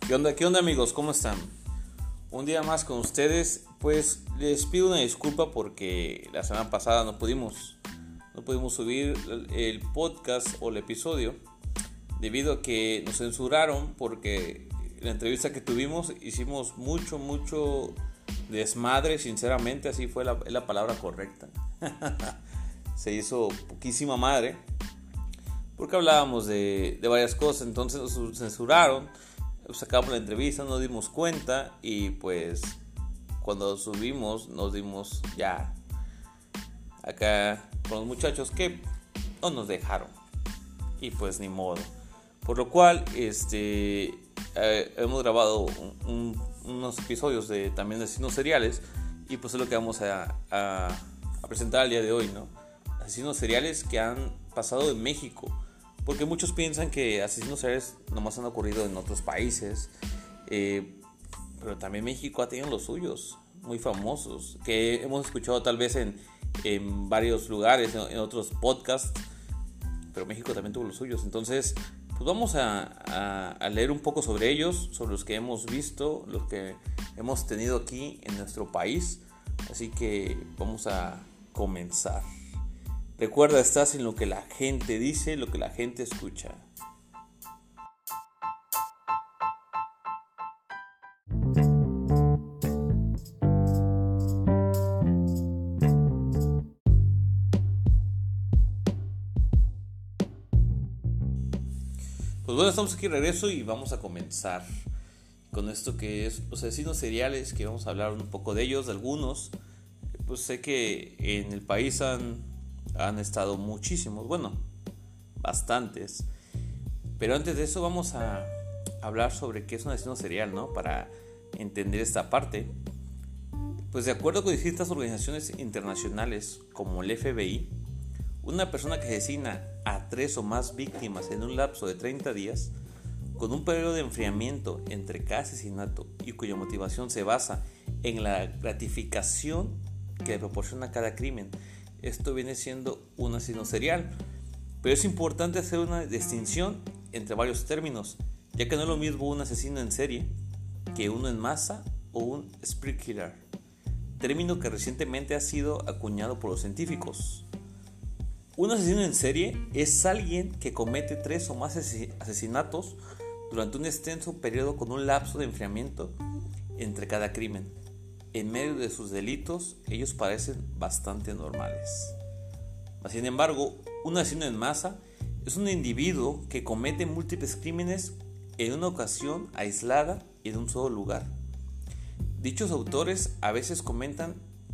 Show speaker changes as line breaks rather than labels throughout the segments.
¿Qué onda amigos? ¿Cómo están? Un día más con ustedes. Pues les pido una disculpa porque la semana pasada no pudimos subir el podcast o el episodio debido a que nos censuraron porque en la entrevista que tuvimos hicimos mucho desmadre, sinceramente, así fue la palabra correcta. Se hizo poquísima madre porque hablábamos de varias cosas, entonces nos censuraron. Sacamos la entrevista, nos dimos cuenta y pues cuando subimos nos dimos ya acá con los muchachos que no nos dejaron y pues ni modo, por lo cual hemos grabado unos episodios también de asesinos seriales y pues es lo que vamos a presentar el día de hoy, ¿no? Asesinos seriales que han pasado en México. Porque muchos piensan que asesinos seriales nomás han ocurrido en otros países, pero también México ha tenido los suyos, muy famosos, que hemos escuchado tal vez en varios lugares, en otros podcasts, pero México también tuvo los suyos. Entonces, pues vamos a leer un poco sobre ellos, sobre los que hemos visto, los que hemos tenido aquí en nuestro país. Así que vamos a comenzar. Recuerda, estás en lo que la gente dice, lo que la gente escucha. Pues bueno, estamos aquí de regreso y vamos a comenzar con esto que es los asesinos seriales, que vamos a hablar un poco de ellos, de algunos. Pues sé que en el país han estado muchísimos, bueno, bastantes. Pero antes de eso vamos a hablar sobre qué es un asesino serial, ¿no? Para entender esta parte. Pues de acuerdo con distintas organizaciones internacionales como el FBI, una persona que asesina a 3 o más víctimas en un lapso de 30 días, con un periodo de enfriamiento entre cada asesinato y cuya motivación se basa en la gratificación que le proporciona cada crimen. Esto viene siendo un asesino serial, pero es importante hacer una distinción entre varios términos, ya que no es lo mismo un asesino en serie que uno en masa o un spree killer, término que recientemente ha sido acuñado por los científicos. Un asesino en serie es alguien que comete 3 o más asesinatos durante un extenso periodo con un lapso de enfriamiento entre cada crimen. En medio de sus delitos, ellos parecen bastante normales. Sin embargo, un asesino en masa es un individuo que comete múltiples crímenes en una ocasión aislada y en un solo lugar. Dichos autores a veces cometen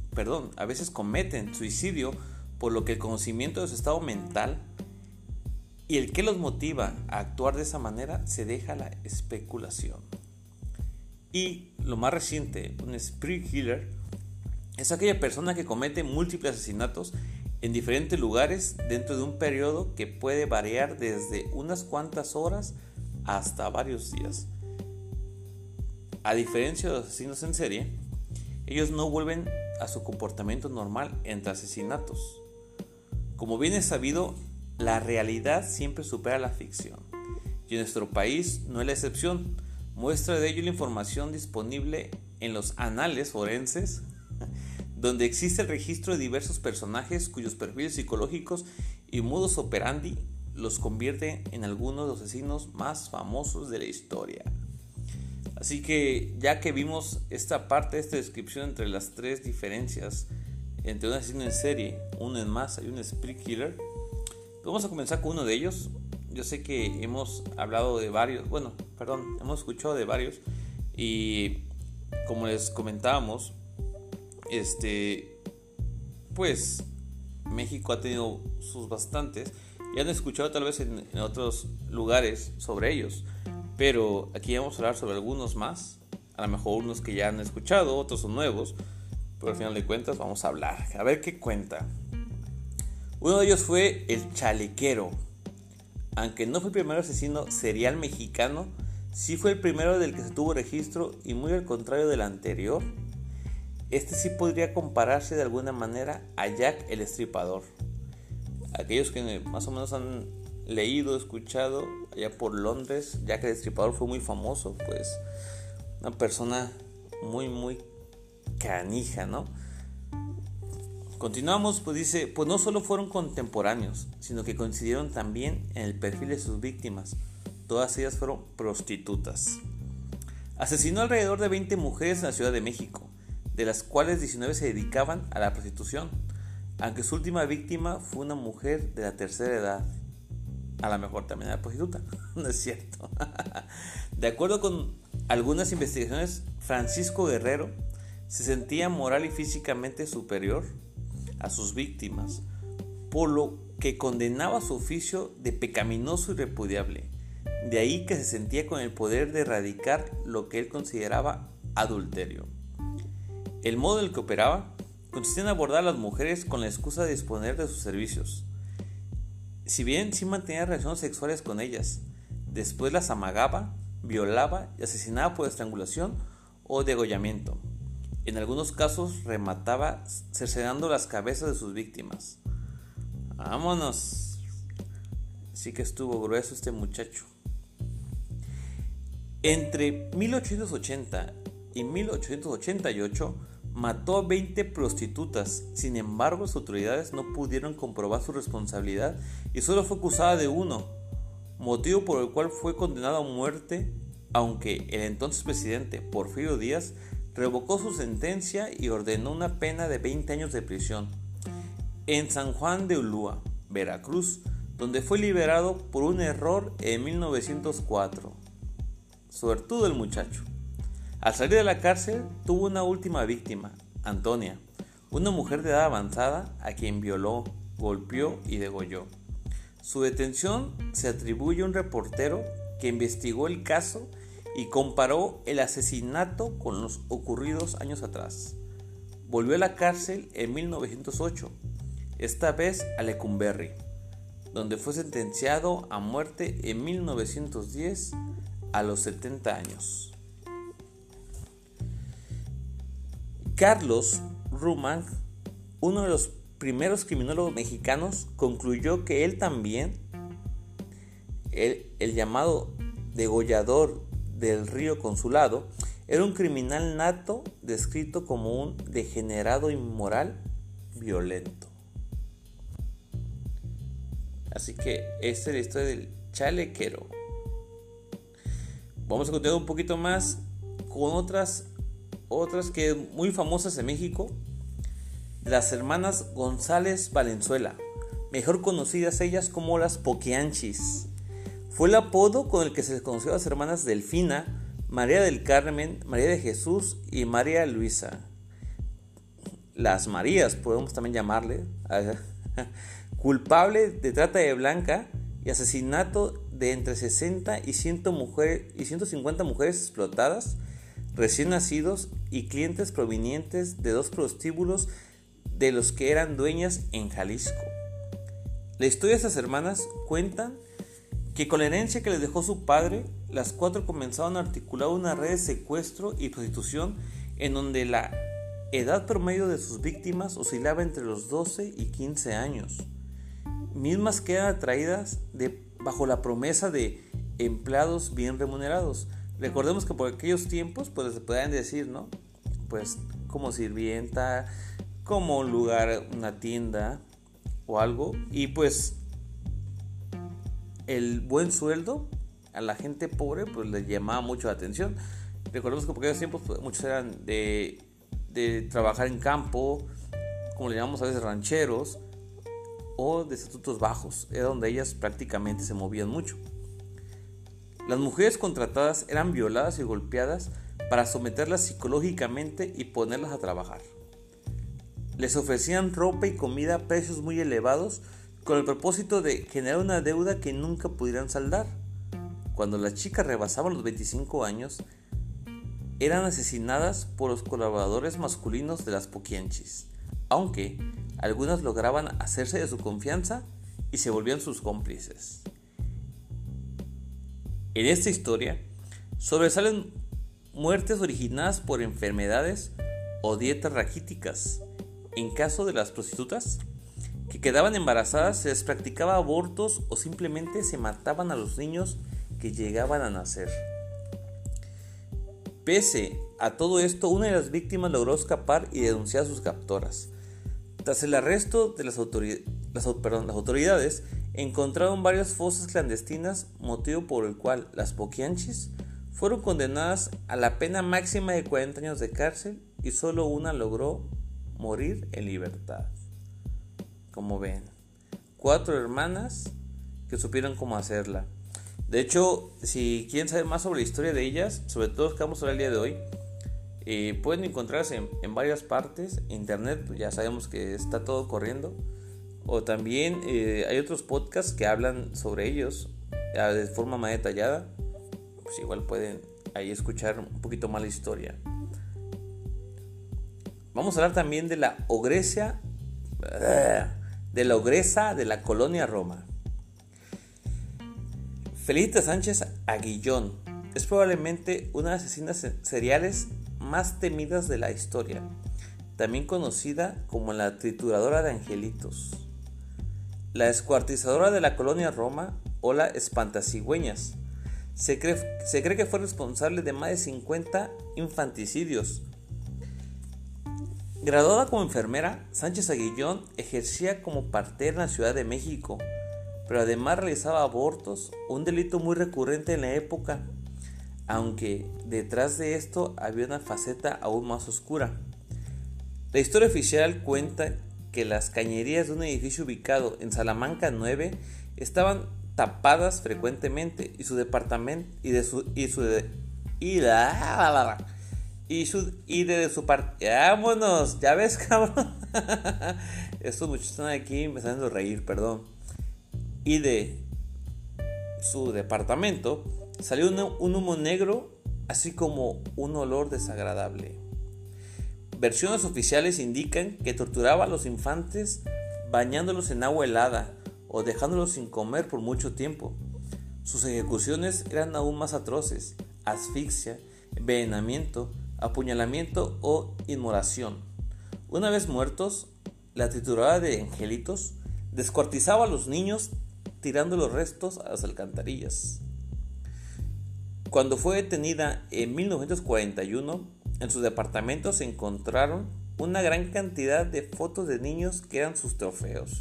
suicidio, por lo que el conocimiento de su estado mental y el que los motiva a actuar de esa manera se deja a la especulación. Y lo más reciente, un spree killer, es aquella persona que comete múltiples asesinatos en diferentes lugares dentro de un periodo que puede variar desde unas cuantas horas hasta varios días. A diferencia de los asesinos en serie, ellos no vuelven a su comportamiento normal entre asesinatos. Como bien es sabido, la realidad siempre supera la ficción, y en nuestro país no es la excepción. Muestra de ello la información disponible en los anales forenses, donde existe el registro de diversos personajes cuyos perfiles psicológicos y modus operandi los convierten en algunos de los asesinos más famosos de la historia. Así que ya que vimos esta descripción entre las 3 diferencias entre un asesino en serie, uno en masa y un spree killer, vamos a comenzar con uno de ellos. Yo sé que hemos hablado de varios, hemos escuchado de varios y como les comentábamos, pues México ha tenido sus bastantes y han escuchado tal vez en otros lugares sobre ellos, pero aquí vamos a hablar sobre algunos más, a lo mejor unos que ya han escuchado, otros son nuevos, pero al final de cuentas vamos a hablar, a ver qué cuenta. Uno de ellos fue el Chalequero. Aunque no fue el primer asesino serial mexicano, sí fue el primero del que se tuvo registro y muy al contrario del anterior. Este sí podría compararse de alguna manera a Jack el Estripador. Aquellos que más o menos han leído, escuchado allá por Londres, ya que el Destripador fue muy famoso, pues una persona muy canija, ¿no? Continuamos, pues dice, pues no solo fueron contemporáneos, sino que coincidieron también en el perfil de sus víctimas. Todas ellas fueron prostitutas. Asesinó alrededor de 20 mujeres en la Ciudad de México, de las cuales 19 se dedicaban a la prostitución, aunque su última víctima fue una mujer de la tercera edad. A lo mejor también era prostituta, no es cierto. De acuerdo con algunas investigaciones, Francisco Guerrero se sentía moral y físicamente superior a sus víctimas, por lo que condenaba su oficio de pecaminoso y repudiable. De ahí que se sentía con el poder de erradicar lo que él consideraba adulterio. El modo en el que operaba consistía en abordar a las mujeres con la excusa de disponer de sus servicios. Si bien sí mantenía relaciones sexuales con ellas, después las amagaba, violaba y asesinaba por estrangulación o degollamiento. En algunos casos remataba cercenando las cabezas de sus víctimas. ¡Vámonos! Sí que estuvo grueso este muchacho. Entre 1880 y 1888 mató a 20 prostitutas. Sin embargo, las autoridades no pudieron comprobar su responsabilidad y solo fue acusada de uno, motivo por el cual fue condenado a muerte, aunque el entonces presidente Porfirio Díaz revocó su sentencia y ordenó una pena de 20 años de prisión en San Juan de Ulúa, Veracruz, donde fue liberado por un error en 1904. Suertudo el muchacho. Al salir de la cárcel tuvo una última víctima, Antonia, una mujer de edad avanzada a quien violó, golpeó y degolló. Su detención se atribuye a un reportero que investigó el caso y comparó el asesinato con los ocurridos años atrás. Volvió a la cárcel en 1908, esta vez a Lecumberri, donde fue sentenciado a muerte en 1910 a los 70 años. Carlos Rumang, uno de los primeros criminólogos mexicanos, concluyó que él también, el llamado degollador del Río Consulado, era un criminal nato descrito como un degenerado inmoral violento. Así que esta es la historia del chalequero. Vamos a continuar un poquito más con otras que muy famosas en México. Las hermanas González Valenzuela, mejor conocidas ellas como las Poquianchis. Fue el apodo con el que se les conoció a las hermanas Delfina, María del Carmen, María de Jesús y María Luisa. Las Marías podemos también llamarle. Culpable de trata de blanca y asesinato de entre 60 y 150 mujeres explotadas, recién nacidos y clientes provenientes de 2 prostíbulos de los que eran dueñas en Jalisco. La historia de estas hermanas cuentan que con la herencia que les dejó su padre, las 4 comenzaron a articular una red de secuestro y prostitución en donde la edad promedio de sus víctimas oscilaba entre los 12 y 15 años, mismas que eran atraídas bajo la promesa de empleados bien remunerados. Recordemos que por aquellos tiempos pues se podían decir, ¿no? Pues como sirvienta, como un lugar, una tienda o algo, y pues el buen sueldo a la gente pobre pues les llamaba mucho la atención. Recordemos que por aquellos tiempos pues, muchos eran de trabajar en campo, como le llamamos a veces rancheros, o de estatutos bajos, era donde ellas prácticamente se movían mucho. Las mujeres contratadas eran violadas y golpeadas para someterlas psicológicamente y ponerlas a trabajar. Les ofrecían ropa y comida a precios muy elevados con el propósito de generar una deuda que nunca pudieran saldar. Cuando las chicas rebasaban los 25 años, eran asesinadas por los colaboradores masculinos de las Poquianchis, aunque algunas lograban hacerse de su confianza y se volvían sus cómplices. En esta historia sobresalen muertes originadas por enfermedades o dietas raquíticas. En caso de las prostitutas, que quedaban embarazadas se les practicaba abortos o simplemente se mataban a los niños que llegaban a nacer. Pese a todo esto, una de las víctimas logró escapar y denunciar a sus captoras. Tras el arresto de las autoridades encontraron varias fosas clandestinas, motivo por el cual las Poquianchis fueron condenadas a la pena máxima de 40 años de cárcel y solo una logró morir en libertad. Como ven, 4 hermanas que supieron cómo hacerla. De hecho, si quieren saber más sobre la historia de ellas, sobre todo los que vamos a hablar el día de hoy, pueden encontrarse en varias partes. Internet, pues ya sabemos que está todo corriendo. O también hay otros podcasts que hablan sobre ellos de forma más detallada. Pues igual pueden ahí escuchar un poquito más la historia. Vamos a hablar también de la ogresa de la colonia Roma. Felicita Sánchez Aguillón es probablemente una de las asesinas seriales más temidas de la historia, también conocida como la trituradora de angelitos, la descuartizadora de la colonia Roma o la espantacigüeñas. Se cree que fue responsable de más de 50 infanticidios. Graduada como enfermera, Sánchez Aguillón ejercía como partera en la Ciudad de México, pero además realizaba abortos, un delito muy recurrente en la época, aunque detrás de esto había una faceta aún más oscura. La historia oficial cuenta que las cañerías de un edificio ubicado en Salamanca 9 estaban tapadas frecuentemente y vámonos, ya ves, cabrón. Estos muchachos están aquí empezando a reír, perdón. Y de su departamento salió un humo negro, así como un olor desagradable. Versiones oficiales indican que torturaba a los infantes bañándolos en agua helada o dejándolos sin comer por mucho tiempo. Sus ejecuciones eran aún más atroces: asfixia, envenenamiento, apuñalamiento o inmolación. Una vez muertos, la trituradora de angelitos descuartizaba a los niños tirando los restos a las alcantarillas. Cuando fue detenida en 1941, en su departamento se encontraron una gran cantidad de fotos de niños que eran sus trofeos.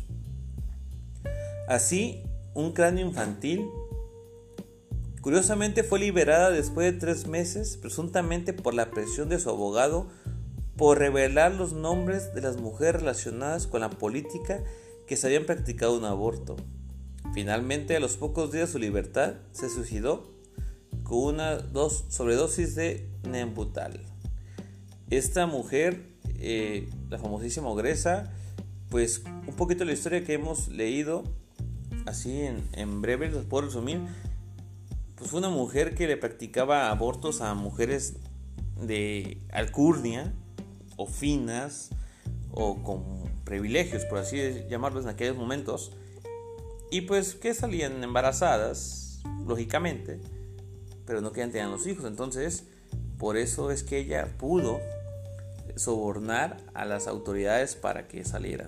Así, un cráneo infantil. Curiosamente fue liberada después de 3 meses, presuntamente por la presión de su abogado por revelar los nombres de las mujeres relacionadas con la política que se habían practicado un aborto. Finalmente, a los pocos días de su libertad, se suicidó con una sobredosis de Nembutal. Esta mujer, la famosísima ogresa, pues un poquito de la historia que hemos leído, así en breve los puedo resumir. Pues fue una mujer que le practicaba abortos a mujeres de alcurnia o finas o con privilegios, por así llamarlos, en aquellos momentos, y pues que salían embarazadas, lógicamente, pero no querían tener los hijos. Entonces, por eso es que ella pudo sobornar a las autoridades para que salieran.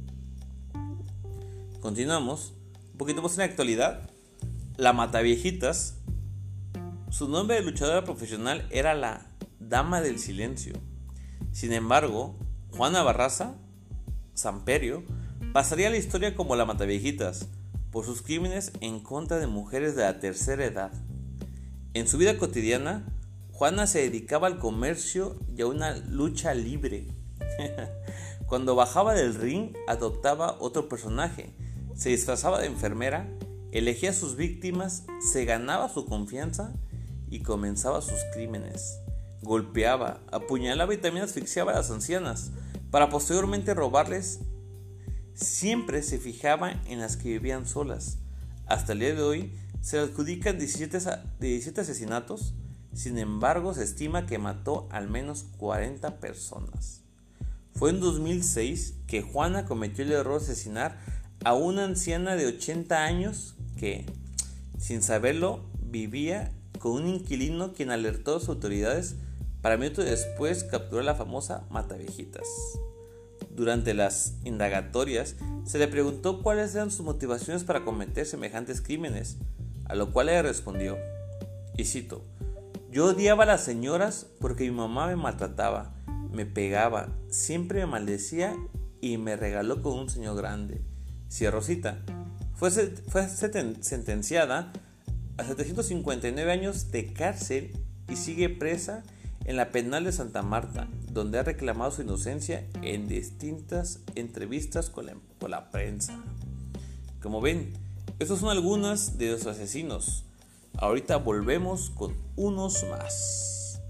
Continuamos un poquito más en la actualidad. La Mataviejitas, su nombre de luchadora profesional era la Dama del Silencio. Sin embargo, Juana Barraza Samperio pasaría a la historia como la Mataviejitas por sus crímenes en contra de mujeres de la tercera edad. En su vida cotidiana, Juana se dedicaba al comercio y a una lucha libre. Cuando bajaba del ring, adoptaba otro personaje, se disfrazaba de enfermera, elegía a sus víctimas, se ganaba su confianza y comenzaba sus crímenes. Golpeaba, apuñalaba y también asfixiaba a las ancianas para posteriormente robarles. Siempre se fijaba en las que vivían solas. Hasta el día de hoy se le adjudican 17 asesinatos. Sin embargo, se estima que mató al menos 40 personas. Fue en 2006 que Juana cometió el error de asesinar a una anciana de 80 años que, sin saberlo, vivía con un inquilino quien alertó a las autoridades para minutos después capturar a la famosa Mataviejitas. Durante las indagatorias se le preguntó cuáles eran sus motivaciones para cometer semejantes crímenes, a lo cual ella respondió, y cito: "Yo odiaba a las señoras porque mi mamá me maltrataba, me pegaba, siempre me maldecía y me regaló con un señor grande". Cierro cita. Fue sentenciada a 759 años de cárcel y sigue presa en la penal de Santa Marta, donde ha reclamado su inocencia en distintas entrevistas con la prensa. Como ven, estos son algunos de los asesinos. Ahorita volvemos con unos más.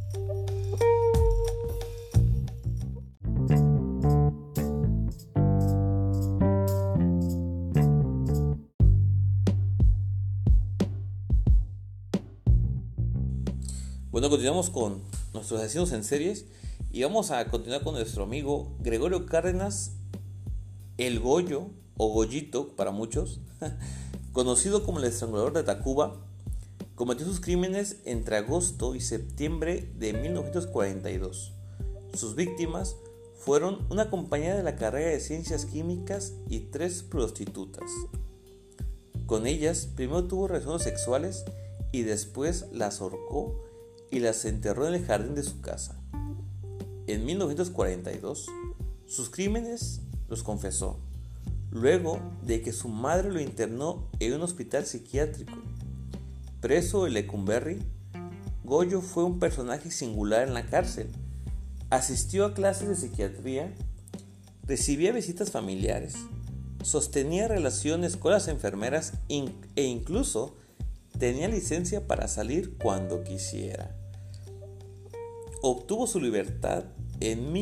Bueno, continuamos con nuestros asesinos en series y vamos a continuar con nuestro amigo Gregorio Cárdenas, el Goyo o Goyito para muchos, conocido como el estrangulador de Tacuba. Cometió sus crímenes entre agosto y septiembre de 1942. Sus víctimas fueron una compañera de la carrera de Ciencias Químicas y 3 prostitutas. Con ellas primero tuvo relaciones sexuales y después las ahorcó y las enterró en el jardín de su casa. En 1942, sus crímenes los confesó, luego de que su madre lo internó en un hospital psiquiátrico. Preso en Lecumberri, Goyo fue un personaje singular en la cárcel. Asistió a clases de psiquiatría, recibía visitas familiares, sostenía relaciones con las enfermeras e incluso tenía licencia para salir cuando quisiera. Obtuvo su libertad en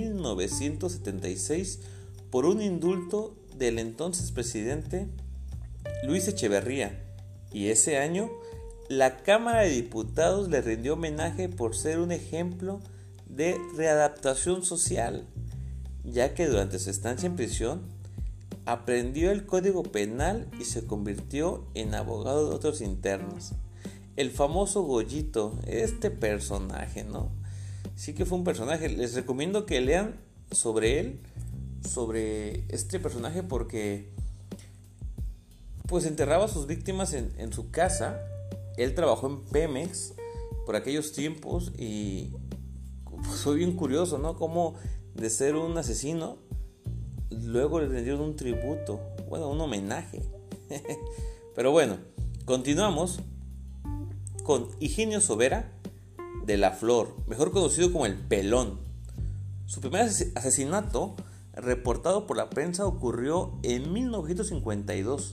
1976 por un indulto del entonces presidente Luis Echeverría, y ese año la Cámara de Diputados le rindió homenaje por ser un ejemplo de readaptación social, ya que durante su estancia en prisión aprendió el Código Penal y se convirtió en abogado de otros internos. El famoso Goyito, este personaje, ¿no? Sí que fue un personaje. Les recomiendo que lean sobre él, sobre este personaje, porque pues enterraba a sus víctimas en su casa. Él trabajó en Pemex por aquellos tiempos y pues fue bien curioso, ¿no? Como de ser un asesino, luego le rindieron un tributo, bueno, un homenaje. Pero bueno, continuamos con Higinio Sobera de la Flor, mejor conocido como el Pelón. Su primer asesinato reportado por la prensa ocurrió en 1952.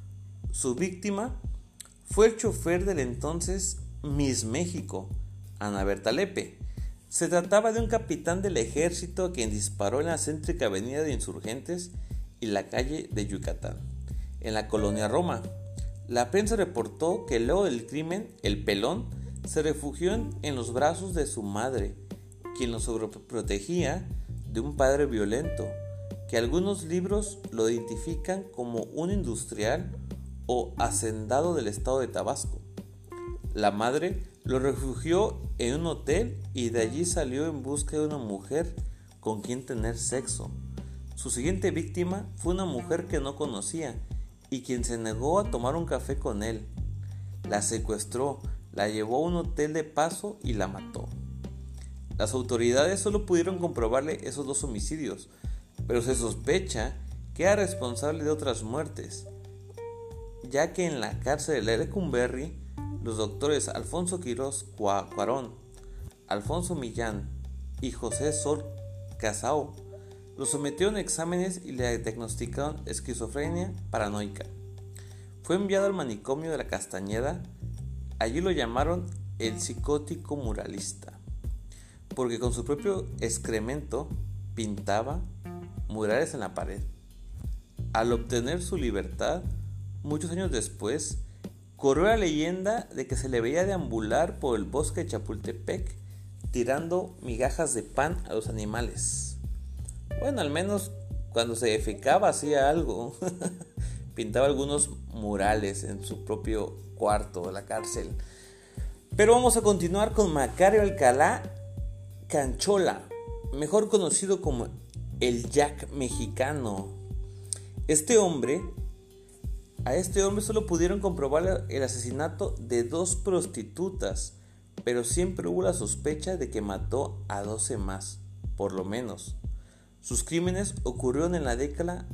Su víctima fue el chofer del entonces Miss México, Ana Berta Lepe. Se trataba de un capitán del ejército quien disparó en la céntrica avenida de Insurgentes y la calle de Yucatán, en la colonia Roma. La prensa reportó que luego del crimen, el Pelón se refugió en los brazos de su madre, quien lo sobreprotegía de un padre violento, que algunos libros lo identifican como un industrial o hacendado del estado de Tabasco. La madre lo refugió en un hotel y de allí salió en busca de una mujer con quien tener sexo. Su siguiente víctima fue una mujer que no conocía y quien se negó a tomar un café con él. La secuestró, la llevó a un hotel de paso y la mató. Las autoridades solo pudieron comprobarle esos 2 homicidios, pero se sospecha que era responsable de otras muertes, ya que en la cárcel de Lecumberri, los doctores Alfonso Quirós Cuarón, Alfonso Millán y José Sol Casao lo sometieron a exámenes y le diagnosticaron esquizofrenia paranoica. Fue enviado al manicomio de la Castañeda. Allí lo llamaron el psicótico muralista, porque con su propio excremento pintaba murales en la pared. Al obtener su libertad, muchos años después, corrió la leyenda de que se le veía deambular por el bosque de Chapultepec tirando migajas de pan a los animales. Bueno, al menos cuando se defecaba hacía algo. Pintaba algunos murales en su propio cuarto de la cárcel. Pero vamos a continuar con Macario Alcalá Canchola, mejor conocido como el Jack mexicano. A este hombre solo pudieron comprobar el asesinato de 2 prostitutas, pero siempre hubo la sospecha de que mató a 12 más, por lo menos. Sus crímenes ocurrieron en la década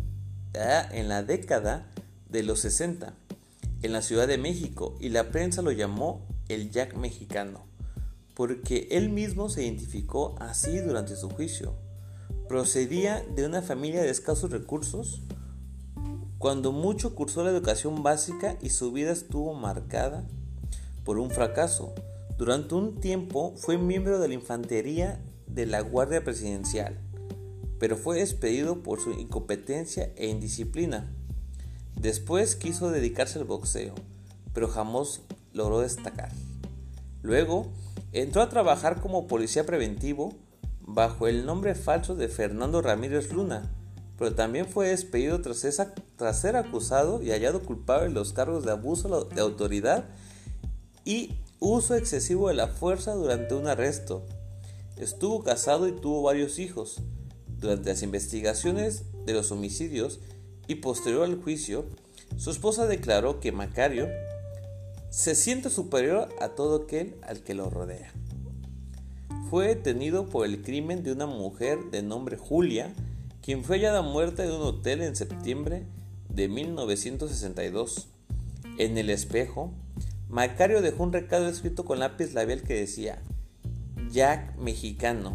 de los 60, en la Ciudad de México, y la prensa lo llamó el Jack mexicano, porque él mismo se identificó así durante su juicio. Procedía de una familia de escasos recursos. Cuando mucho cursó la educación básica y su vida estuvo marcada por un fracaso. Durante un tiempo fue miembro de la infantería de la Guardia Presidencial, pero fue despedido por su incompetencia e indisciplina. Después quiso dedicarse al boxeo, pero jamás logró destacar. Luego entró a trabajar como policía preventivo bajo el nombre falso de Fernando Ramírez Luna, pero también fue despedido tras ser acusado y hallado culpable de los cargos de abuso de autoridad y uso excesivo de la fuerza durante un arresto. Estuvo casado y tuvo varios hijos. Durante las investigaciones de los homicidios y posterior al juicio, su esposa declaró que Macario se siente superior a todo aquel al que lo rodea. Fue detenido por el crimen de una mujer de nombre Julia, quien fue hallada muerta en un hotel en septiembre de 1962. En el espejo, Macario dejó un recado escrito con lápiz labial que decía: Jack mexicano,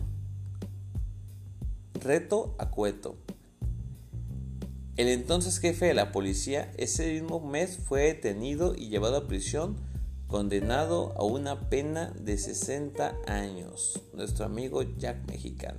reto a Cueto. El entonces jefe de la policía ese mismo mes fue detenido y llevado a prisión, condenado a una pena de 60 años. Nuestro amigo Jack mexicano.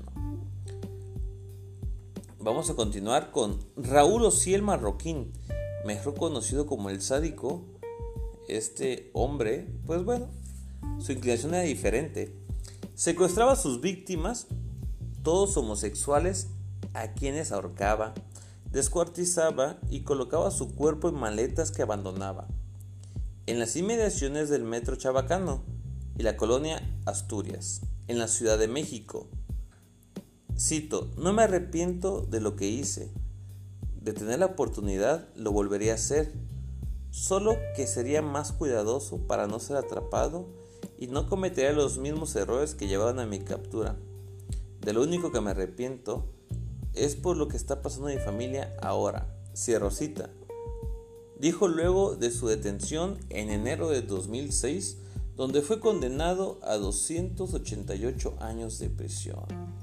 Vamos a continuar con Raúl Ociel Marroquín, mejor conocido como el Sádico. Este hombre, pues bueno, su inclinación era diferente. Secuestraba a sus víctimas, todos homosexuales, a quienes ahorcaba, descuartizaba y colocaba su cuerpo en maletas que abandonaba en las inmediaciones del metro Chabacano y la colonia Asturias, en la Ciudad de México. Cito: no me arrepiento de lo que hice. De tener la oportunidad lo volvería a hacer, solo que sería más cuidadoso para no ser atrapado y no cometería los mismos errores que llevaron a mi captura. De lo único que me arrepiento es por lo que está pasando en mi familia ahora. Cierro cita. Dijo luego de su detención en enero de 2006, donde fue condenado a 288 años de prisión.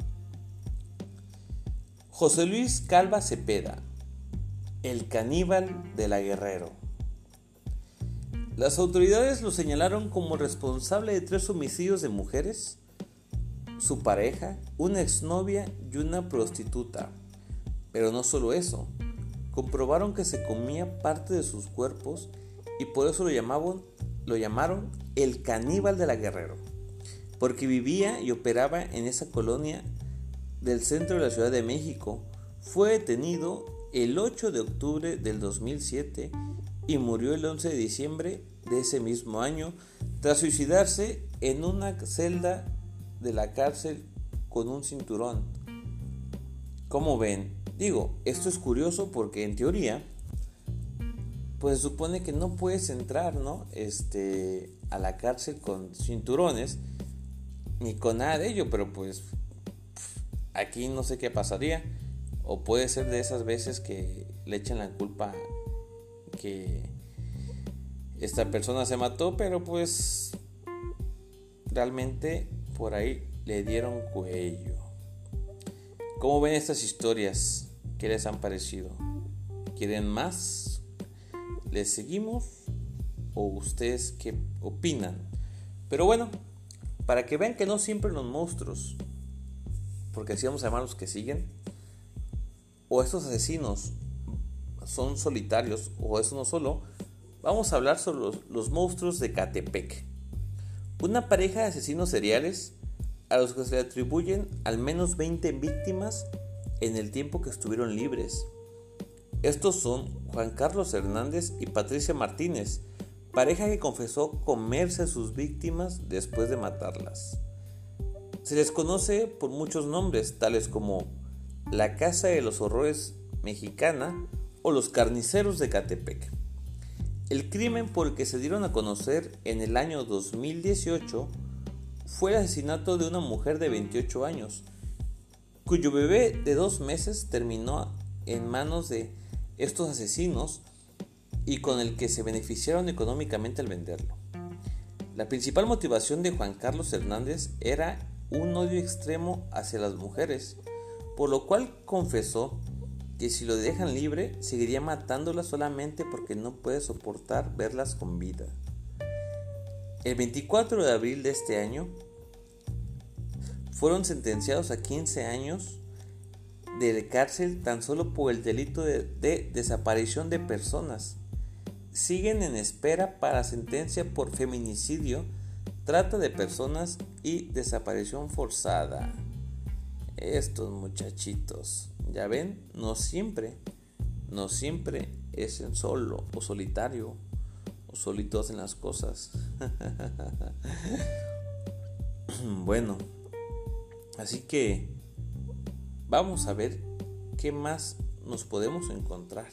José Luis Calva Cepeda, el caníbal de la Guerrero. Las autoridades lo señalaron como responsable de 3 homicidios de mujeres, su pareja, una exnovia y una prostituta. Pero no solo eso, comprobaron que se comía parte de sus cuerpos y por eso lo llamaron el caníbal de la Guerrero, porque vivía y operaba en esa colonia del centro de la Ciudad de México. Fue detenido el 8 de octubre del 2007 y murió el 11 de diciembre de ese mismo año tras suicidarse en una celda de la cárcel con un cinturón. ¿Cómo ven? Digo, esto es curioso porque en teoría pues se supone que no puedes entrar, ¿no? A la cárcel con cinturones ni con nada de ello, pero pues aquí no sé qué pasaría, o puede ser de esas veces que le echan la culpa que esta persona se mató, pero pues realmente por ahí le dieron cuello. ¿Cómo ven estas historias? ¿Qué les han parecido? ¿Quieren más? ¿Les seguimos? ¿O ustedes qué opinan? Pero bueno, para que vean que no siempre los monstruos, porque así vamos a llamar a los que siguen, o estos asesinos son solitarios, o es uno solo, vamos a hablar sobre los monstruos de Catepec. Una pareja de asesinos seriales a los que se le atribuyen al menos 20 víctimas en el tiempo que estuvieron libres. Estos son Juan Carlos Hernández y Patricia Martínez, pareja que confesó comerse a sus víctimas después de matarlas. Se les conoce por muchos nombres, tales como La Casa de los Horrores Mexicana o Los Carniceros de Ecatepec. El crimen por el que se dieron a conocer en el año 2018 fue el asesinato de una mujer de 28 años, cuyo bebé de 2 meses terminó en manos de estos asesinos y con el que se beneficiaron económicamente al venderlo. La principal motivación de Juan Carlos Hernández era un odio extremo hacia las mujeres, por lo cual confesó que si lo dejan libre seguiría matándolas solamente porque no puede soportar verlas con vida. El 24 de abril de este año fueron sentenciados a 15 años de cárcel tan solo por el delito de desaparición de personas. Siguen en espera para sentencia por feminicidio, trata de personas y desaparición forzada. Estos muchachitos, ya ven, no siempre es en solo o solitario o solitos en las cosas. Bueno, así que vamos a ver qué más nos podemos encontrar.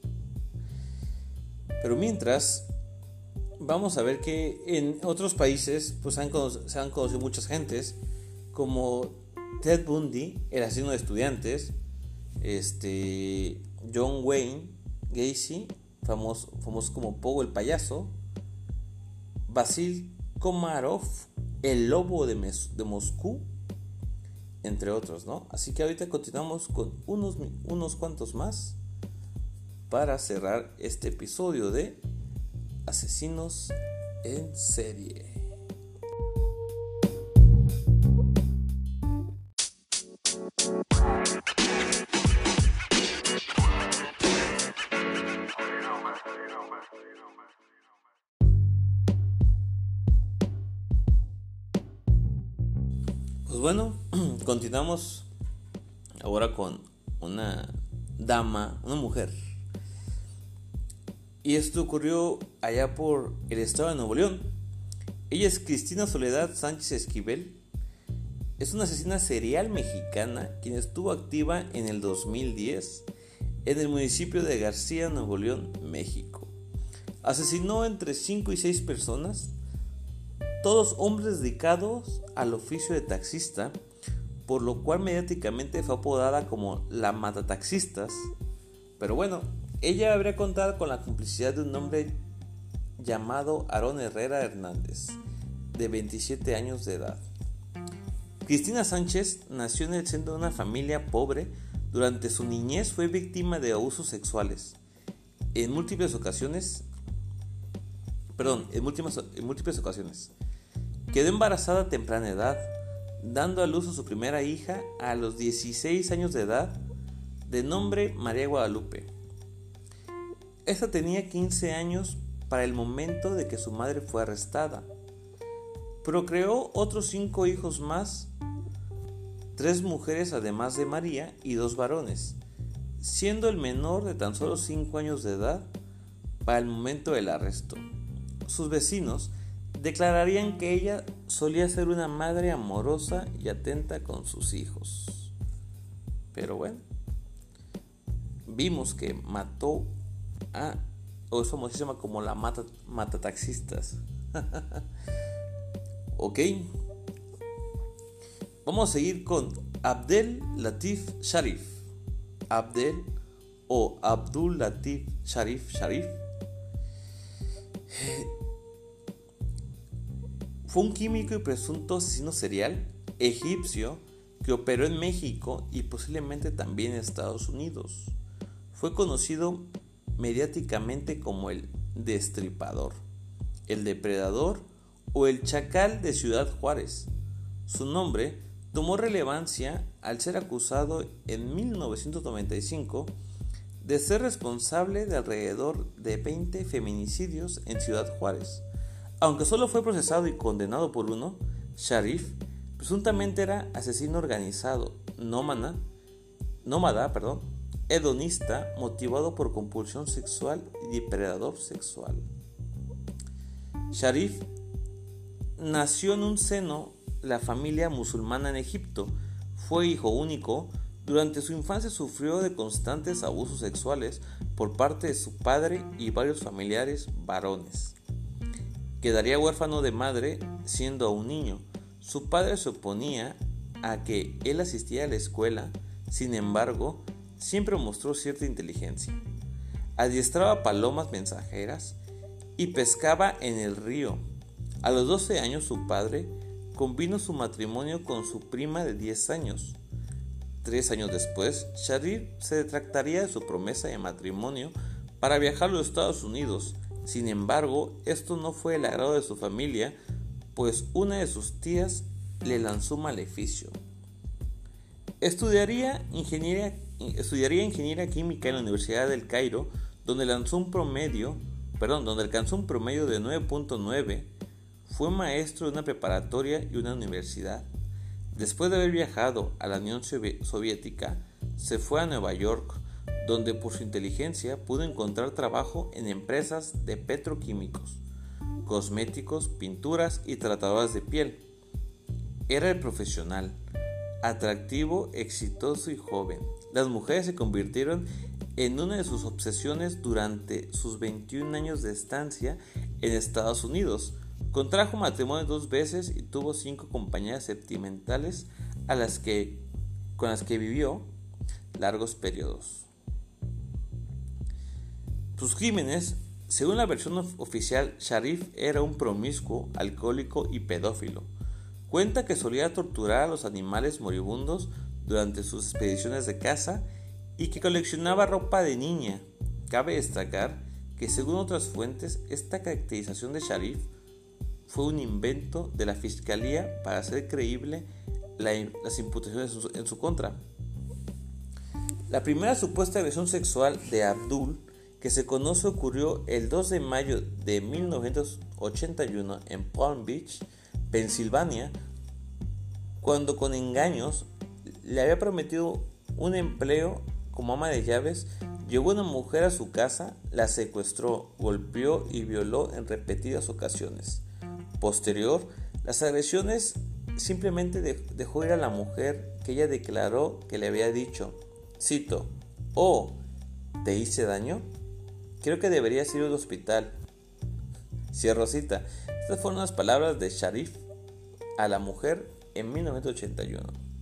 Pero mientras, vamos a ver que en otros países pues se han conocido muchas gentes, como Ted Bundy, el asesino de estudiantes, John Wayne Gacy, famoso como Pogo el payaso, Basil Komarov, el lobo de Moscú, entre otros, ¿no? Así que ahorita continuamos con unos cuantos más para cerrar este episodio de Asesinos en Serie. Pues bueno, continuamos ahora con una dama, una mujer. Y esto ocurrió allá por el estado de Nuevo León. Ella es Cristina Soledad Sánchez Esquivel. Es una asesina serial mexicana quien estuvo activa en el 2010 en el municipio de García, Nuevo León, México. Asesinó entre 5 y 6 personas, todos hombres dedicados al oficio de taxista, por lo cual mediáticamente fue apodada como la matataxistas. Pero bueno, ella habría contado con la complicidad de un hombre llamado Aarón Herrera Hernández, de 27 años de edad. Cristina Sánchez nació en el seno de una familia pobre. Durante su niñez fue víctima de abusos sexuales. En múltiples ocasiones. Quedó embarazada a temprana edad, dando a luz a su primera hija a los 16 años de edad, de nombre María Guadalupe. Esta tenía 15 años para el momento de que su madre fue arrestada. Procreó otros 5 hijos más, 3 mujeres además de María y 2 varones, siendo el menor de tan solo 5 años de edad para el momento del arresto. Sus vecinos declararían que ella solía ser una madre amorosa y atenta con sus hijos. Pero bueno, vimos que mató o es famosísima como la matataxistas. Ok, vamos a seguir con Abdel Latif Sharif. Abdul Latif Sharif. Fue un químico y presunto asesino serial egipcio que operó en México y posiblemente también en Estados Unidos. Fue conocido mediáticamente como el Destripador, el Depredador o el Chacal de Ciudad Juárez. Su nombre tomó relevancia al ser acusado en 1995 de ser responsable de alrededor de 20 feminicidios en Ciudad Juárez. Aunque solo fue procesado y condenado por uno, Sharif presuntamente era asesino organizado, nómada, hedonista, motivado por compulsión sexual y depredador sexual. Sharif nació en un seno la familia musulmana en Egipto. Fue hijo único, Durante su infancia sufrió de constantes abusos sexuales por parte de su padre y varios familiares varones. Quedaría huérfano de madre siendo aún niño. Su padre se oponía a que él asistiera a la escuela, sin embargo, siempre mostró cierta inteligencia. Adiestraba palomas mensajeras y pescaba en el río. A los 12 años su padre convino su matrimonio con su prima de 10 años. 3 años después, Sharif se retractaría de su promesa de matrimonio para viajar a los Estados Unidos. Sin embargo, esto no fue el agrado de su familia, pues una de sus tías le lanzó un maleficio. Estudiaría ingeniería química en la Universidad del Cairo, donde alcanzó un promedio de 9.9. Fue maestro de una preparatoria y una universidad. Después de haber viajado a la Unión Soviética, se fue a Nueva York, donde por su inteligencia pudo encontrar trabajo en empresas de petroquímicos, cosméticos, pinturas y tratadoras de piel. Era el profesional, atractivo, exitoso y joven. Las mujeres se convirtieron en una de sus obsesiones durante sus 21 años de estancia en Estados Unidos. Contrajo matrimonio 2 veces y tuvo 5 compañeras sentimentales con las que vivió largos periodos. Sus crímenes: según la versión oficial, Sharif era un promiscuo, alcohólico y pedófilo. Cuenta que solía torturar a los animales moribundos durante sus expediciones de caza y que coleccionaba ropa de niña. Cabe destacar que, según otras fuentes, esta caracterización de Sharif fue un invento de la fiscalía para hacer creíble las imputaciones en su contra. La primera supuesta agresión sexual de Abdul que se conoce ocurrió el 2 de mayo de 1981 en Palm Beach, Pensilvania, cuando con engaños le había prometido un empleo como ama de llaves. Llevó a una mujer a su casa, la secuestró, golpeó y violó en repetidas ocasiones. Posterior, las agresiones simplemente dejó ir a la mujer, que ella declaró que le había dicho, cito: «Oh, ¿te hice daño? Creo que deberías ir al hospital». Cierro cita. Estas fueron las palabras de Sharif a la mujer en 1981.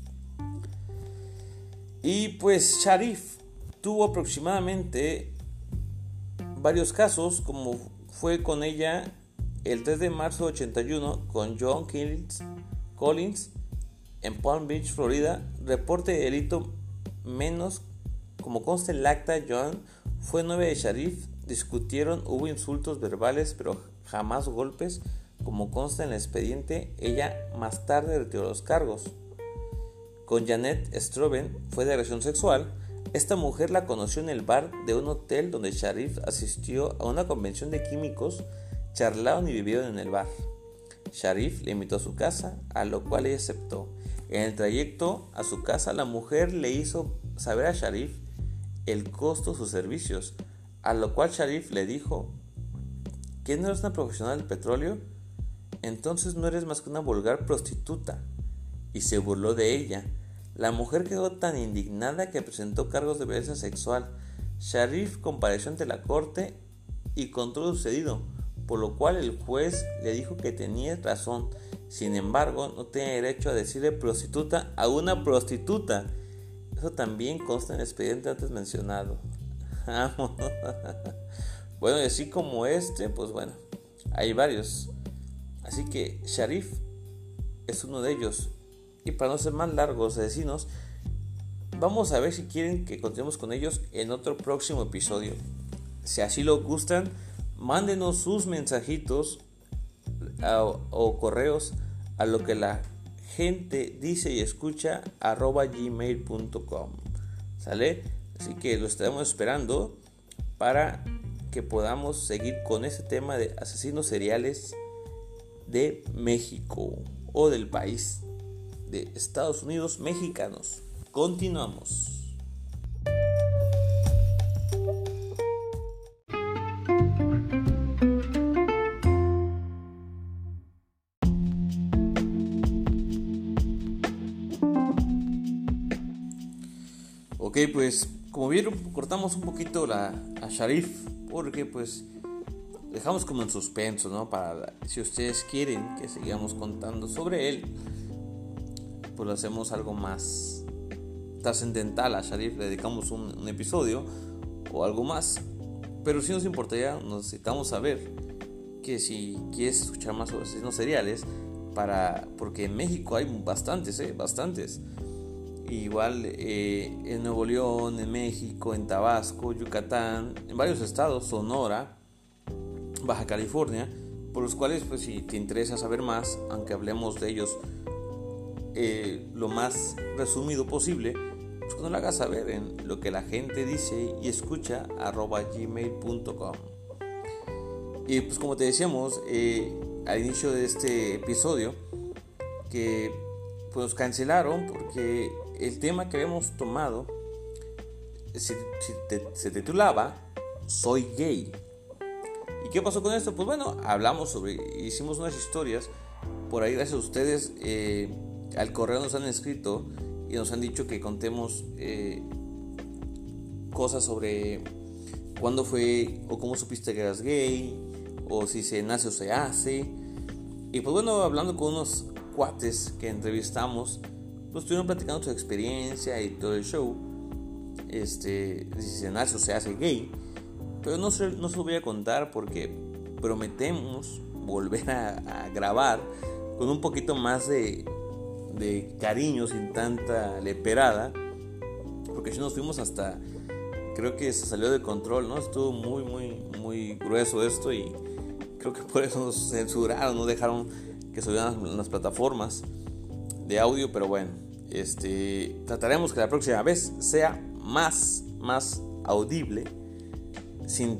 Y pues Sharif tuvo aproximadamente varios casos, como fue con ella el 3 de marzo de 81 con John Collins en Palm Beach, Florida. Reporte de delito menos. Como consta en el acta, John fue novia de Sharif. Discutieron, hubo insultos verbales, pero jamás golpes. Como consta en el expediente, ella más tarde retiró los cargos. Con Janet Stroben fue de agresión sexual. Esta mujer la conoció en el bar de un hotel donde Sharif asistió a una convención de químicos. Charlaron y vivieron en el bar. Sharif le invitó a su casa, a lo cual ella aceptó. En el trayecto a su casa, la mujer le hizo saber a Sharif el costo de sus servicios, a lo cual Sharif le dijo: ¿que no eres una profesional del petróleo? Entonces no eres más que una vulgar prostituta. Y se burló de ella. La mujer quedó tan indignada que presentó cargos de violencia sexual. Sharif compareció ante la corte y contó lo sucedido, por lo cual el juez le dijo que tenía razón. Sin embargo, no tenía derecho a decirle prostituta a una prostituta. Eso también consta en el expediente antes mencionado. Bueno, y así como pues bueno, hay varios. Así que Sharif es uno de ellos. Y para no ser más largos asesinos, vamos a ver si quieren que continuemos con ellos en otro próximo episodio. Si así lo gustan, mándenos sus mensajitos o correos a lo que la gente dice y escucha @gmail.com. ¿Sale? Así que lo estaremos esperando para que podamos seguir con este tema de asesinos seriales de México o del país de Estados Unidos mexicanos. Continuamos. Ok, pues como vieron, cortamos un poquito a Sharif porque pues dejamos como en suspenso, ¿no? Para si ustedes quieren que sigamos contando sobre él, pues lo hacemos algo más trascendental. A Sharif le dedicamos un episodio o algo más. Pero si nos importaría, necesitamos saber que si quieres escuchar más sobre asesinos seriales, porque en México hay bastantes. Igual en Nuevo León, en México, en Tabasco, Yucatán, en varios estados, Sonora, Baja California, por los cuales pues si te interesa saber más, aunque hablemos de ellos lo más resumido posible, pues que nos lo hagas saber en lo que la gente dice y escucha @gmail.com. Y pues como te decíamos al inicio de este episodio, que pues cancelaron porque el tema que habíamos tomado se titulaba Soy gay. ¿Y qué pasó con esto? Pues bueno, hicimos unas historias por ahí, gracias a ustedes. Al correo nos han escrito y nos han dicho que contemos cosas sobre cuándo fue o cómo supiste que eras gay, o si se nace o se hace. Y pues bueno, hablando con unos cuates que entrevistamos, pues estuvieron platicando su experiencia y todo el show. Si se nace o se hace gay, pero no se lo voy a contar porque prometemos volver a grabar con un poquito más de cariño, sin tanta leperada, porque si nos fuimos hasta, creo que se salió de control, ¿no? Estuvo muy grueso esto y creo que por eso nos censuraron, no dejaron que subieran en las plataformas de audio. Pero bueno, trataremos que la próxima vez sea más audible, sin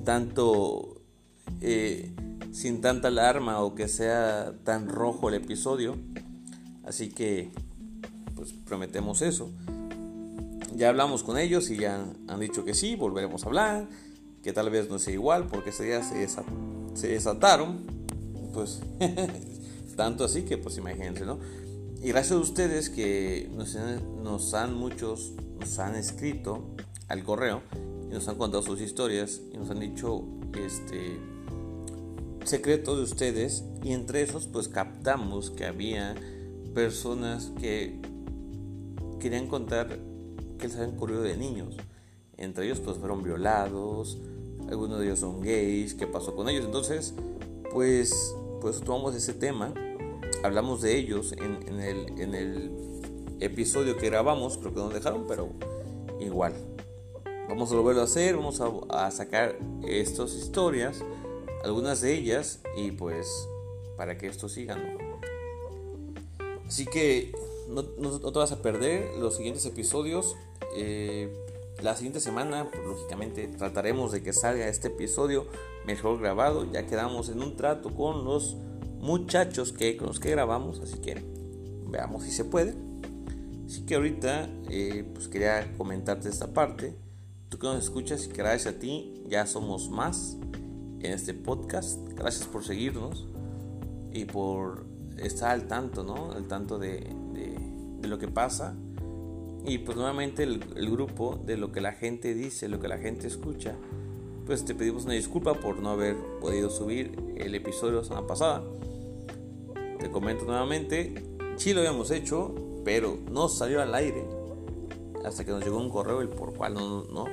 tanta alarma o que sea tan rojo el episodio. Así que pues prometemos eso. Ya hablamos con ellos y ya han dicho que sí, volveremos a hablar, que tal vez no sea igual porque ese día se desataron, pues tanto así que pues imagínense, ¿no? Y gracias a ustedes que muchos nos han escrito al correo y nos han contado sus historias y nos han dicho secretos de ustedes, y entre esos pues captamos que había personas que querían contar que les habían ocurrido de niños. Entre ellos pues fueron violados, algunos de ellos son gays, qué pasó con ellos. Entonces pues tomamos ese tema, hablamos de ellos en el episodio que grabamos. Creo que nos dejaron, pero igual vamos a volverlo a hacer. Vamos a sacar estas historias, algunas de ellas, y pues para que esto siga, ¿no? Así que no te vas a perder los siguientes episodios. La siguiente semana, pues, lógicamente, trataremos de que salga este episodio mejor grabado. Ya quedamos en un trato con los muchachos con los que grabamos, así que veamos si se puede. Así que ahorita pues quería comentarte esta parte. Tú que nos escuchas, y que gracias a ti ya somos más en este podcast. Gracias por seguirnos y por estar al tanto, ¿no? Al tanto de lo que pasa. Y pues nuevamente el grupo de lo que la gente dice, lo que la gente escucha, pues te pedimos una disculpa por no haber podido subir el episodio la semana pasada. Te comento nuevamente, sí lo habíamos hecho, pero no salió al aire hasta que nos llegó un correo el por cual no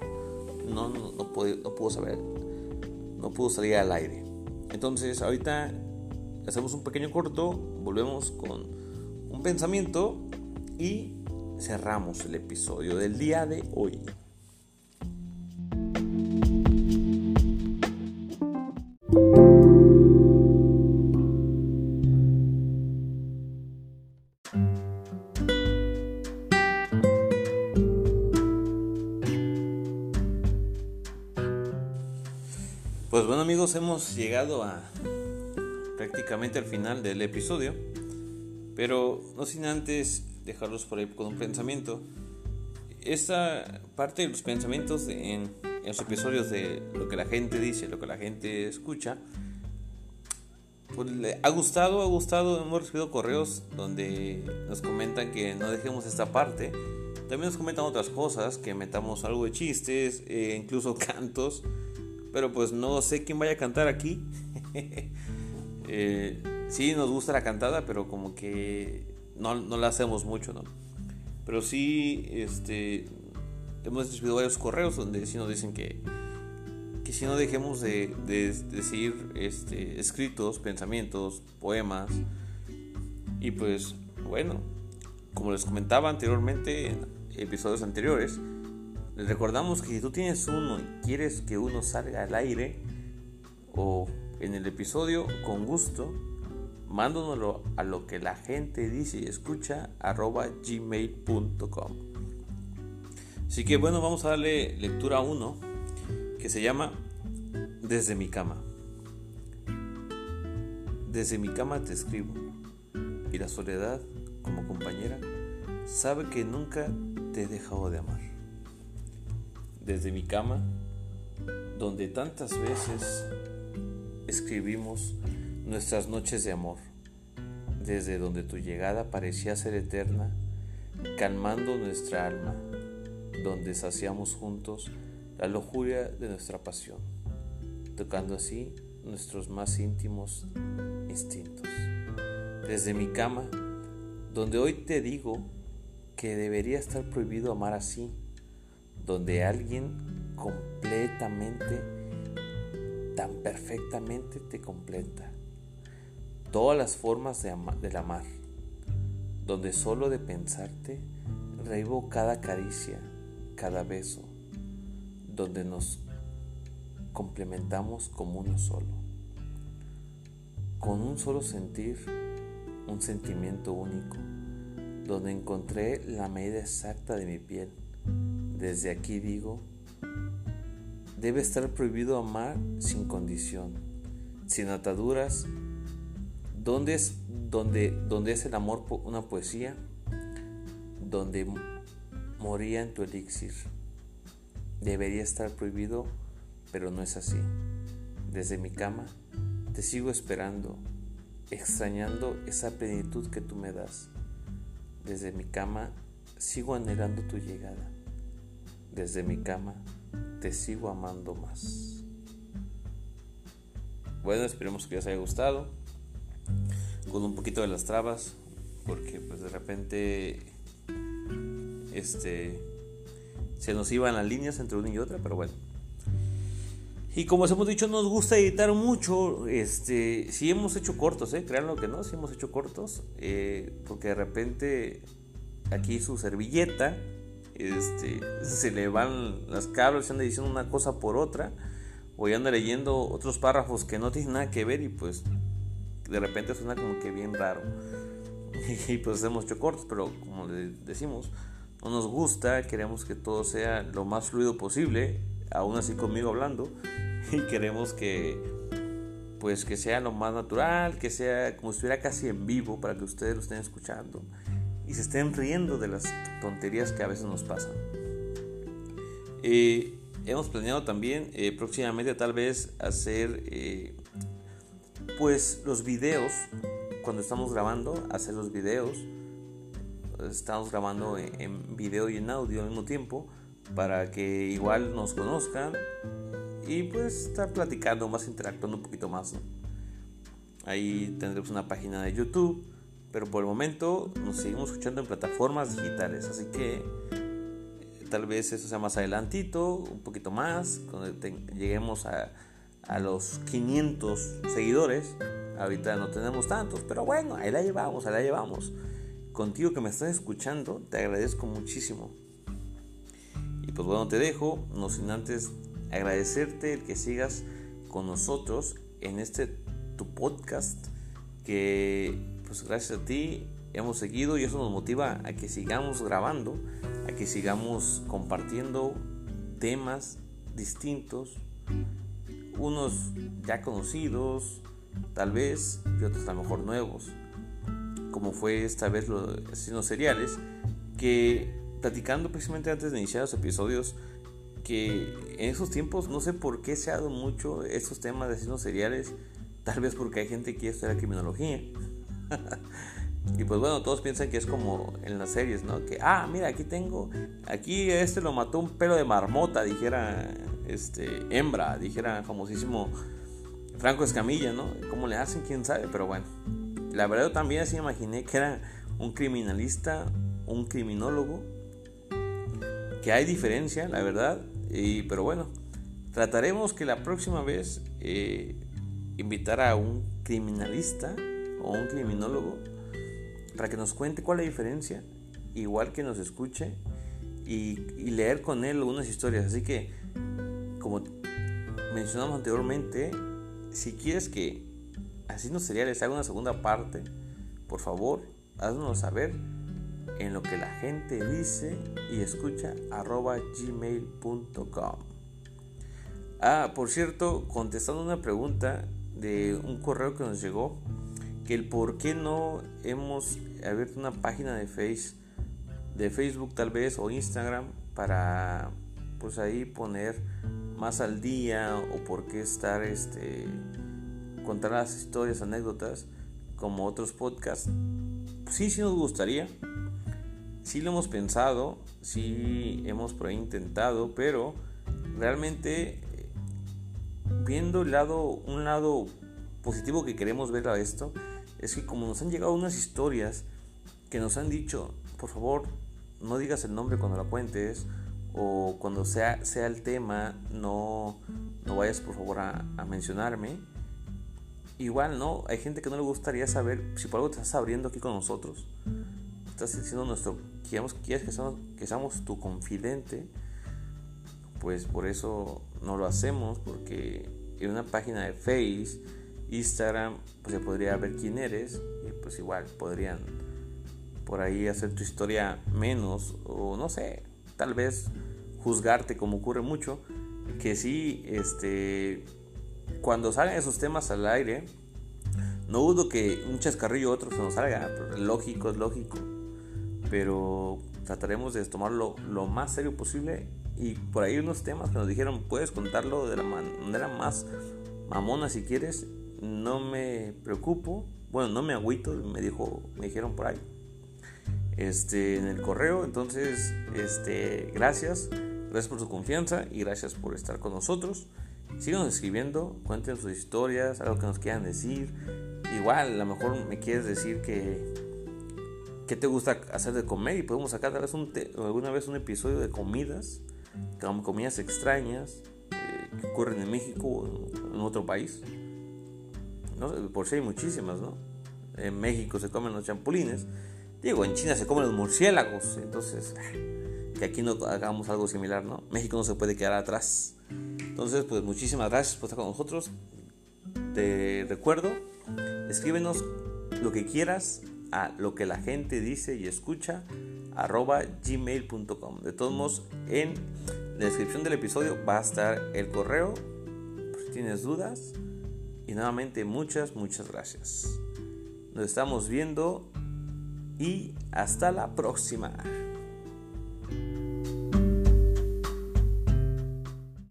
pudo salir al aire. Entonces ahorita hacemos un pequeño corto, volvemos con un pensamiento y cerramos el episodio del día de hoy. Pues bueno, amigos, hemos llegado a prácticamente al final del episodio, pero no sin antes dejarlos por ahí con un pensamiento. Esta parte de los pensamientos en los episodios de lo que la gente dice, lo que la gente escucha, pues le ha gustado. Hemos recibido correos donde nos comentan que no dejemos esta parte, También nos comentan otras cosas, que metamos algo de chistes, incluso cantos, pero pues no sé quién vaya a cantar aquí. Sí nos gusta la cantada, pero como que no la hacemos mucho, ¿no? Pero sí, hemos recibido varios correos donde sí nos dicen que si no dejemos de decir escritos, pensamientos, poemas. Y pues bueno, como les comentaba anteriormente en episodios anteriores, les recordamos que si tú tienes uno y quieres que uno salga al aire o en el episodio, con gusto, mándanoslo a lo que la gente dice y escucha @gmail.com. Así que bueno, vamos a darle lectura a uno que se llama Desde mi cama. Desde mi cama te escribo, y la soledad, como compañera, sabe que nunca te he dejado de amar. Desde mi cama, donde tantas veces escribimos nuestras noches de amor, desde donde tu llegada parecía ser eterna, calmando nuestra alma, donde saciamos juntos la lujuria de nuestra pasión, tocando así nuestros más íntimos instintos. Desde mi cama, donde hoy te digo que debería estar prohibido amar así, donde alguien completamente, tan perfectamente te completa todas las formas del amar, donde solo de pensarte revivo cada caricia, cada beso, donde nos complementamos como uno solo, con un solo sentir, un sentimiento único, donde encontré la medida exacta de mi piel. Desde aquí digo, debe estar prohibido amar sin condición, sin ataduras. ¿Dónde es el amor una poesía? Donde moría en tu elixir. Debería estar prohibido, pero no es así. Desde mi cama te sigo esperando, extrañando esa plenitud que tú me das. Desde mi cama sigo anhelando tu llegada. Desde mi cama te sigo amando más. Bueno, esperemos que les haya gustado, con un poquito de las trabas, porque pues de repente se nos iban las líneas entre una y otra, pero bueno. Y como os hemos dicho, nos gusta editar mucho. Sí hemos hecho cortos, créanlo que no, sí hemos hecho cortos, porque de repente aquí su servilleta se le van las cabras, se anda diciendo una cosa por otra, o ya anda leyendo otros párrafos que no tienen nada que ver, y pues de repente suena como que bien raro. Y pues hemos hecho cortos, pero como les decimos, no nos gusta, queremos que todo sea lo más fluido posible, aún así conmigo hablando, y queremos que sea lo más natural, que sea como si estuviera casi en vivo, para que ustedes lo estén escuchando y se estén riendo de las tonterías que a veces nos pasan. Hemos planeado también próximamente tal vez hacer pues los videos, cuando estamos grabando, hacer los videos. Estamos grabando en video y en audio al mismo tiempo, para que igual nos conozcan y pues estar platicando más, interactuando un poquito más, ¿no? Ahí tendremos una página de YouTube, pero por el momento nos seguimos escuchando en plataformas digitales, así que tal vez eso sea más adelantito, un poquito más, cuando lleguemos a los 500 seguidores. Ahorita no tenemos tantos, pero bueno, ahí la llevamos. Contigo que me estás escuchando, te agradezco muchísimo. Y pues bueno, te dejo, no sin antes agradecerte el que sigas con nosotros en tu podcast, que pues gracias a ti hemos seguido, y eso nos motiva a que sigamos grabando, a que sigamos compartiendo temas distintos, unos ya conocidos tal vez, y otros a lo mejor nuevos, como fue esta vez los asesinos seriales, que platicando precisamente antes de iniciar los episodios, que en esos tiempos no sé por qué se ha dado mucho estos temas de asesinos seriales, tal vez porque hay gente que quiere estudiar criminología Y pues bueno, todos piensan que es como en las series, ¿no? Que, mira, aquí lo mató un pelo de marmota, dijera hembra, dijera famosísimo Franco Escamilla, ¿no? ¿Cómo le hacen? ¿Quién sabe? Pero bueno, la verdad yo también así imaginé que era un criminalista, un criminólogo, que hay diferencia, la verdad, pero bueno, trataremos que la próxima vez invitar a un criminalista o un criminólogo para que nos cuente cuál es la diferencia, igual que nos escuche y leer con él algunas historias. Así que, como mencionamos anteriormente, si quieres que Asesinos Seriales haga una segunda parte, por favor, haznos saber en lo que la gente dice y escucha @gmail.com. Por cierto, contestando una pregunta de un correo que nos llegó, que el por qué no hemos abierto una página de Facebook tal vez, o Instagram, para pues ahí poner más al día, o por qué estar contar las historias, anécdotas como otros podcasts. Sí nos gustaría, sí lo hemos pensado, sí hemos por ahí intentado, pero realmente viendo un lado positivo que queremos ver a esto, es que como nos han llegado unas historias que nos han dicho, por favor, no digas el nombre cuando la cuentes, o cuando sea el tema, no vayas por favor a mencionarme. Igual, ¿no? Hay gente que no le gustaría saber si por algo te estás abriendo aquí con nosotros. Estás diciendo quieres que seamos tu confidente. Pues por eso no lo hacemos, porque en una página de Face, Instagram, pues se podría ver quién eres, y pues igual podrían por ahí hacer tu historia menos, o no sé, tal vez juzgarte, como ocurre mucho, que sí, cuando salgan esos temas al aire, no dudo que un chascarrillo u otro se nos salga, es lógico, pero trataremos de tomarlo lo más serio posible. Y por ahí unos temas que nos dijeron, puedes contarlo de la manera más mamona si quieres, no me preocupo, bueno, no me agüito, me dijeron por ahí en el correo. Entonces gracias por su confianza y gracias por estar con nosotros. Síganos escribiendo, cuenten sus historias, algo que nos quieran decir. Igual, a lo mejor me quieres decir que ¿qué te gusta hacer de comer? Y podemos sacar tal vez alguna vez un episodio de comidas extrañas que ocurren en México o en otro país, ¿no? Por si hay muchísimas, ¿no? En México se comen los champulines, en China se comen los murciélagos. Entonces, que aquí no hagamos algo similar, ¿no? México no se puede quedar atrás. Entonces, pues muchísimas gracias por estar con nosotros. Te recuerdo, escríbenos lo que quieras a lo que la gente dice y escucha @gmail.com. De todos modos, en la descripción del episodio va a estar el correo por si tienes dudas. Y nuevamente muchas gracias. Nos estamos viendo y hasta la próxima.